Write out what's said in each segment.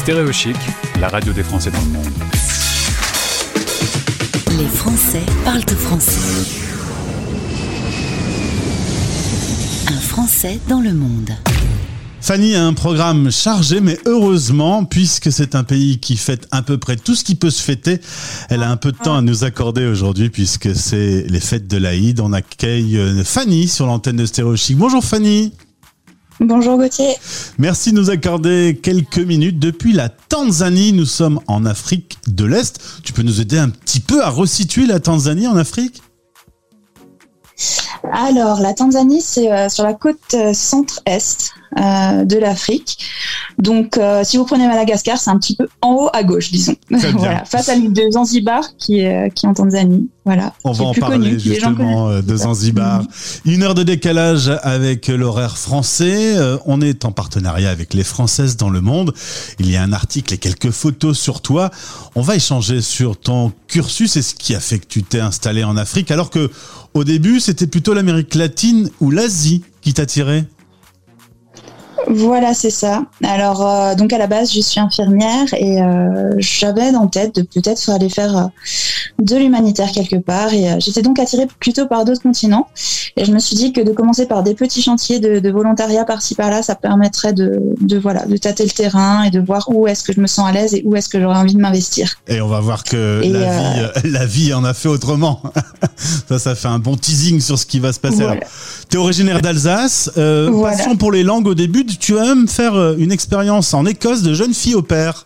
Stéréo Chic, la radio des Français dans le monde. Les Français parlent français. Un Français dans le monde. Fanny a un programme chargé, mais heureusement, puisque c'est un pays qui fête à peu près tout ce qui peut se fêter, elle a un peu de temps à nous accorder aujourd'hui, puisque c'est les fêtes de l'Aïd. On accueille Fanny sur l'antenne de Stéréo Chic. Bonjour Fanny. Bonjour Gauthier. Merci de nous accorder quelques minutes. Depuis la Tanzanie, nous sommes en Afrique de l'Est. Tu peux nous aider un petit peu à resituer la Tanzanie en Afrique ? Alors, la Tanzanie, c'est sur la côte centre-est de l'Afrique. Donc, si vous prenez Madagascar, c'est un petit peu en haut à gauche, disons. Voilà, face à l'île de Zanzibar, qui est en Tanzanie. Voilà. On va en parler justement de Zanzibar. 1 heure de décalage avec l'horaire français. On est en partenariat avec les Françaises dans le monde. Il y a un article et quelques photos sur toi. On va échanger sur ton cursus et ce qui a fait que tu t'es installé en Afrique, alors que au début, c'était plutôt l'Amérique latine ou l'Asie qui t'attirait. Voilà, c'est ça. Alors, donc à la base, je suis infirmière et j'avais en tête de peut-être aller faire de l'humanitaire quelque part. Et j'étais donc attirée plutôt par d'autres continents. Et je me suis dit que de commencer par des petits chantiers de volontariat par-ci par-là, ça permettrait de tâter le terrain et de voir où est-ce que je me sens à l'aise et où est-ce que j'aurais envie de m'investir. Et on va voir que la vie en a fait autrement. Ça fait un bon teasing sur ce qui va se passer. Voilà. Tu es originaire d'Alsace, passion pour les langues au début. Tu vas même faire une expérience en Écosse de jeune fille au pair.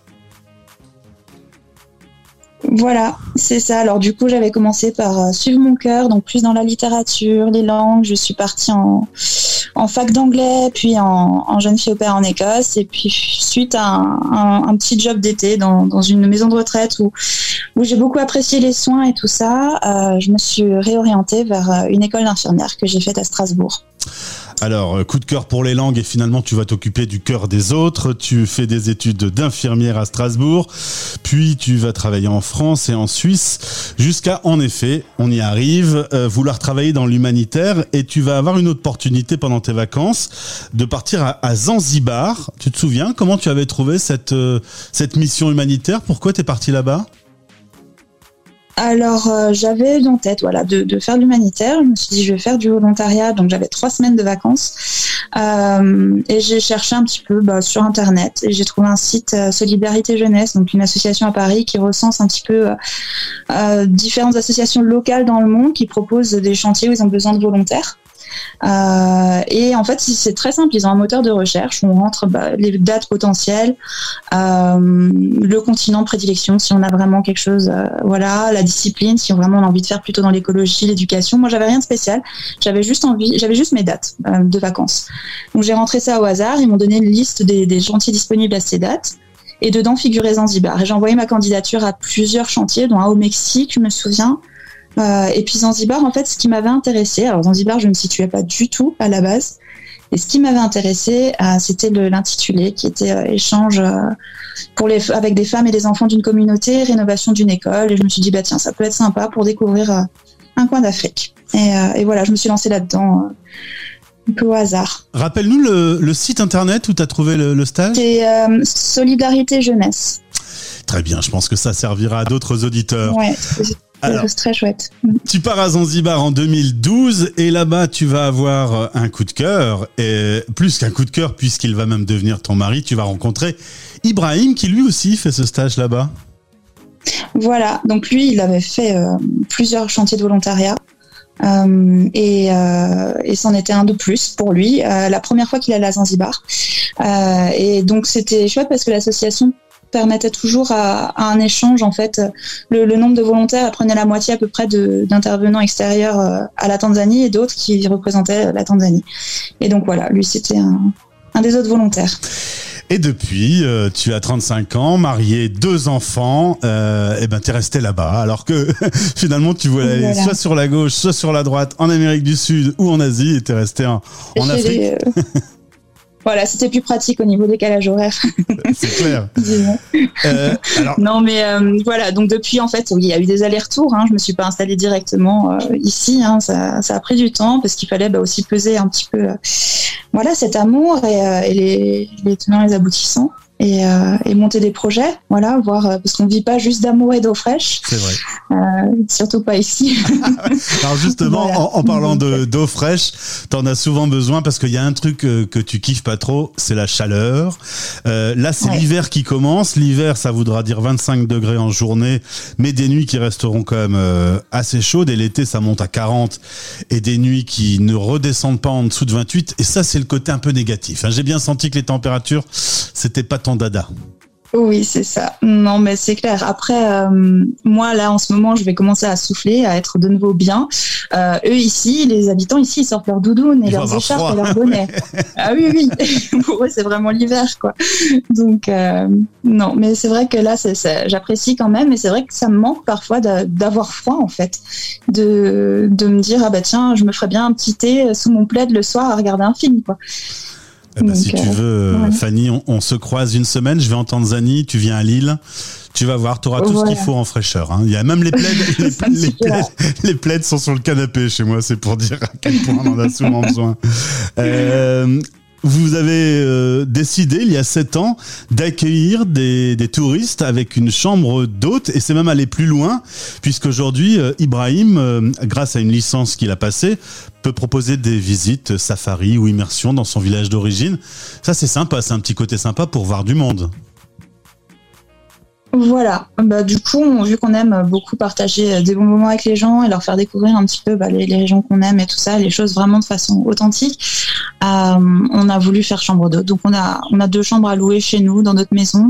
Voilà, c'est ça. Alors du coup, j'avais commencé par suivre mon cœur, donc plus dans la littérature, les langues. Je suis partie en fac d'anglais, puis en jeune fille au pair en Écosse. Et puis suite à un petit job d'été dans une maison de retraite où j'ai beaucoup apprécié les soins et tout ça, je me suis réorientée vers une école d'infirmière que j'ai faite à Strasbourg. Alors, coup de cœur pour les langues et finalement tu vas t'occuper du cœur des autres. Tu fais des études d'infirmière à Strasbourg, puis tu vas travailler en France et en Suisse jusqu'à, en effet, on y arrive, vouloir travailler dans l'humanitaire et tu vas avoir une opportunité pendant tes vacances de partir à Zanzibar. Tu te souviens comment tu avais trouvé cette mission humanitaire ? Pourquoi tu es parti là-bas ? Alors, j'avais en tête de faire de l'humanitaire. Je me suis dit, je vais faire du volontariat. Donc, j'avais 3 semaines de vacances. Et j'ai cherché un petit peu sur Internet. Et j'ai trouvé un site Solidarité Jeunesse, donc une association à Paris qui recense un petit peu différentes associations locales dans le monde qui proposent des chantiers où ils ont besoin de volontaires. Et en fait, c'est très simple. Ils ont un moteur de recherche où on rentre les dates potentielles, le continent de prédilection si on a vraiment quelque chose, la discipline si vraiment on a envie de faire plutôt dans l'écologie, l'éducation. Moi, j'avais rien de spécial. J'avais juste mes dates de vacances. Donc j'ai rentré ça au hasard. Ils m'ont donné une liste des chantiers disponibles à ces dates. Et dedans figurait Zanzibar. Et j'ai envoyé ma candidature à plusieurs chantiers, dont un au Mexique, je me souviens. Et puis Zanzibar, en fait, ce qui m'avait intéressé, alors Zanzibar, je ne me situais pas du tout à la base, et ce qui m'avait intéressé, c'était l'intitulé qui était échange avec des femmes et des enfants d'une communauté, rénovation d'une école, et je me suis dit, tiens, ça peut être sympa pour découvrir un coin d'Afrique. Et voilà, je me suis lancée là-dedans un peu au hasard. Rappelle-nous le site internet où tu as trouvé le stage ? C'est Solidarité Jeunesse. Très bien, je pense que ça servira à d'autres auditeurs. Ouais, c'est très chouette. Tu pars à Zanzibar en 2012 et là-bas tu vas avoir un coup de cœur, et plus qu'un coup de cœur puisqu'il va même devenir ton mari. Tu vas rencontrer Ibrahim qui lui aussi fait ce stage là-bas. Voilà, donc lui il avait fait plusieurs chantiers de volontariat et c'en était un de plus pour lui, la première fois qu'il allait à Zanzibar, et donc c'était chouette parce que l'association permettait toujours à un échange, en fait. Le nombre de volontaires prenait la moitié à peu près d'intervenants extérieurs à la Tanzanie et d'autres qui représentaient la Tanzanie. Et donc voilà, lui c'était un des autres volontaires. Et depuis, tu as 35 ans, marié, 2 enfants, t'es resté là-bas, alors que finalement tu voulais aller soit sur la gauche, soit sur la droite, en Amérique du Sud ou en Asie, et t'es resté en Afrique. Voilà, c'était plus pratique au niveau décalage horaire. C'est clair. Non, mais voilà. Donc depuis, en fait, il y a eu des allers-retours. Je me suis pas installée directement ici. Ça a pris du temps parce qu'il fallait aussi peser un petit peu, cet amour et les tenants et les aboutissants. et monter des projets, voilà, voir parce qu'on vit pas juste d'amour et d'eau fraîche. C'est vrai. Surtout pas ici. Alors justement, voilà. en parlant d'eau fraîche, t'en as souvent besoin parce qu'il y a un truc que tu kiffes pas trop, c'est la chaleur. Là, c'est l'hiver qui commence. L'hiver, ça voudra dire 25 degrés en journée, mais des nuits qui resteront quand même assez chaudes. Et l'été, ça monte à 40 et des nuits qui ne redescendent pas en dessous de 28. Et ça, c'est le côté un peu négatif. J'ai bien senti que les températures, c'était pas ton dada. Oui, c'est ça. Non, mais c'est clair. Après, moi, là, en ce moment, je vais commencer à souffler, à être de nouveau bien. Eux, ici, les habitants, ici, ils sortent leurs doudounes et leurs écharpes et leurs bonnets. Ah oui. Pour eux, c'est vraiment l'hiver, quoi. Donc, non, mais c'est vrai que là, j'apprécie quand même, mais c'est vrai que ça me manque parfois d'avoir froid, en fait. De me dire, ah bah tiens, je me ferais bien un petit thé sous mon plaid le soir à regarder un film, quoi. Donc, si tu veux, Fanny, on se croise une semaine, je vais en Tanzanie, tu viens à Lille, tu vas voir, tu auras tout ce qu'il faut en fraîcheur. Il y a même les plaids, les plaids sont sur le canapé chez moi, c'est pour dire à quel point on en a souvent besoin. Vous avez décidé, il y a 7 ans, d'accueillir des touristes avec une chambre d'hôte, et c'est même aller plus loin, puisqu'aujourd'hui, Ibrahim, grâce à une licence qu'il a passée, peut proposer des visites safari ou immersion dans son village d'origine. Ça, c'est sympa, c'est un petit côté sympa pour voir du monde. Voilà, du coup, vu qu'on aime beaucoup partager des bons moments avec les gens et leur faire découvrir un petit peu les régions qu'on aime et tout ça, les choses vraiment de façon authentique, on a voulu faire chambre d'hôte. Donc on a 2 chambres à louer chez nous dans notre maison.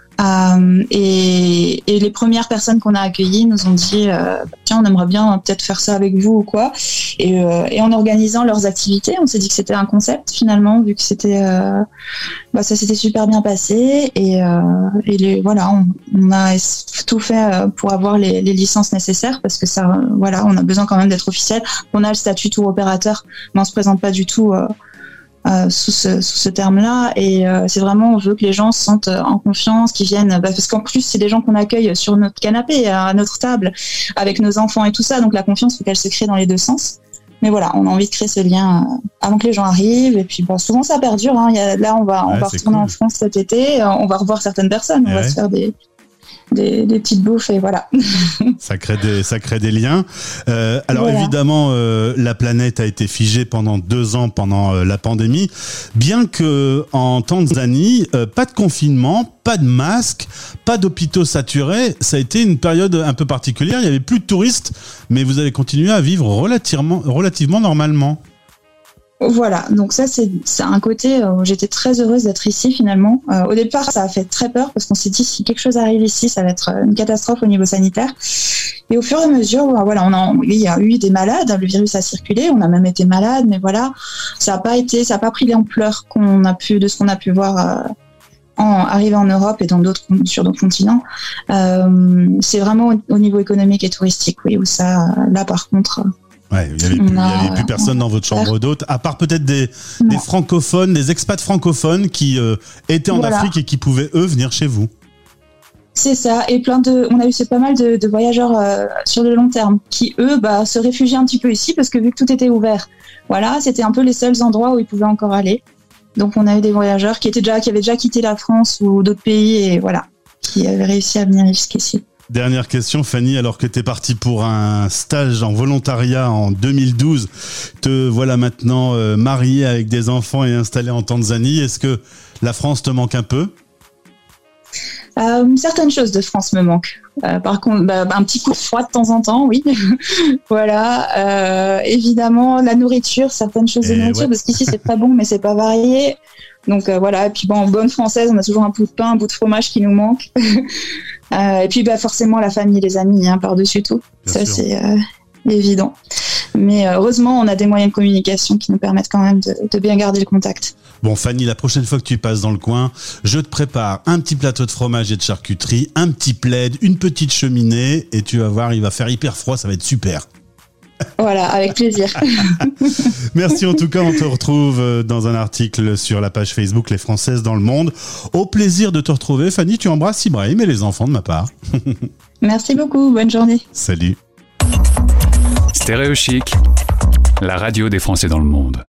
Et les premières personnes qu'on a accueillies nous ont dit tiens, on aimerait bien peut-être faire ça avec vous ou quoi, et en organisant leurs activités, on s'est dit que c'était un concept finalement, vu que c'était ça s'était super bien passé, et on a tout fait pour avoir les licences nécessaires, parce que ça, on a besoin quand même d'être officiel. On a le statut tour opérateur, mais on se présente pas du tout sous ce terme-là, et c'est vraiment, on veut que les gens se sentent en confiance, qu'ils viennent, parce qu'en plus c'est des gens qu'on accueille sur notre canapé, à notre table, avec nos enfants et tout ça, donc la confiance, faut qu'elle se crée dans les 2 sens. Mais voilà, on a envie de créer ce lien avant que les gens arrivent, et puis souvent ça perdure. Là, on va retourner cool. En France cet été, on va revoir certaines personnes, on va se faire des petites bouffes, et voilà. Ça crée des liens. Alors évidemment, la planète a été figée pendant 2 ans pendant la pandémie. Bien que en Tanzanie, pas de confinement, pas de masque, pas d'hôpitaux saturés, ça a été une période un peu particulière. Il y avait plus de touristes, mais vous avez continué à vivre relativement normalement. Voilà, donc ça c'est un côté où j'étais très heureuse d'être ici finalement. Au départ, ça a fait très peur, parce qu'on s'est dit, si quelque chose arrive ici, ça va être une catastrophe au niveau sanitaire. Et au fur et à mesure, il y a eu des malades, le virus a circulé, on a même été malade, mais voilà, ça a pas pris l'ampleur de ce qu'on a pu voir arriver en Europe et sur d'autres continents. C'est vraiment au niveau économique et touristique, oui, où ça, là par contre. Ouais, il y avait plus personne dans votre chambre d'hôte, à part peut-être des francophones, des expats francophones qui étaient en Afrique et qui pouvaient eux venir chez vous. C'est ça, et on a eu pas mal de voyageurs sur le long terme qui eux se réfugiaient un petit peu ici, parce que vu que tout était ouvert, voilà, c'était un peu les seuls endroits où ils pouvaient encore aller. Donc on a eu des voyageurs qui avaient déjà quitté la France ou d'autres pays, et voilà, qui avaient réussi à venir jusqu'ici. Dernière question, Fanny, alors que tu es partie pour un stage en volontariat en 2012, te voilà maintenant mariée avec des enfants et installée en Tanzanie. Est-ce que la France te manque un peu ? Certaines choses de France me manquent. Par contre, un petit coup de froid de temps en temps, oui. Voilà. Évidemment, la nourriture, certaines choses de nourriture, parce qu'ici c'est très bon, mais c'est pas varié. Donc voilà. Et puis en bonne française, on a toujours un bout de pain, un bout de fromage qui nous manque. Et puis forcément la famille, les amis, par-dessus tout. Bien sûr. C'est évident. Mais heureusement, on a des moyens de communication qui nous permettent quand même de bien garder le contact. Bon, Fanny, la prochaine fois que tu passes dans le coin, je te prépare un petit plateau de fromage et de charcuterie, un petit plaid, une petite cheminée, et tu vas voir, il va faire hyper froid, ça va être super. Voilà, avec plaisir. Merci en tout cas, on te retrouve dans un article sur la page Facebook Les Françaises dans le Monde. Au plaisir de te retrouver. Fanny, tu embrasses Ibrahim et les enfants de ma part. Merci beaucoup, bonne journée. Salut. Stéréo Chic, la radio des Français dans le monde.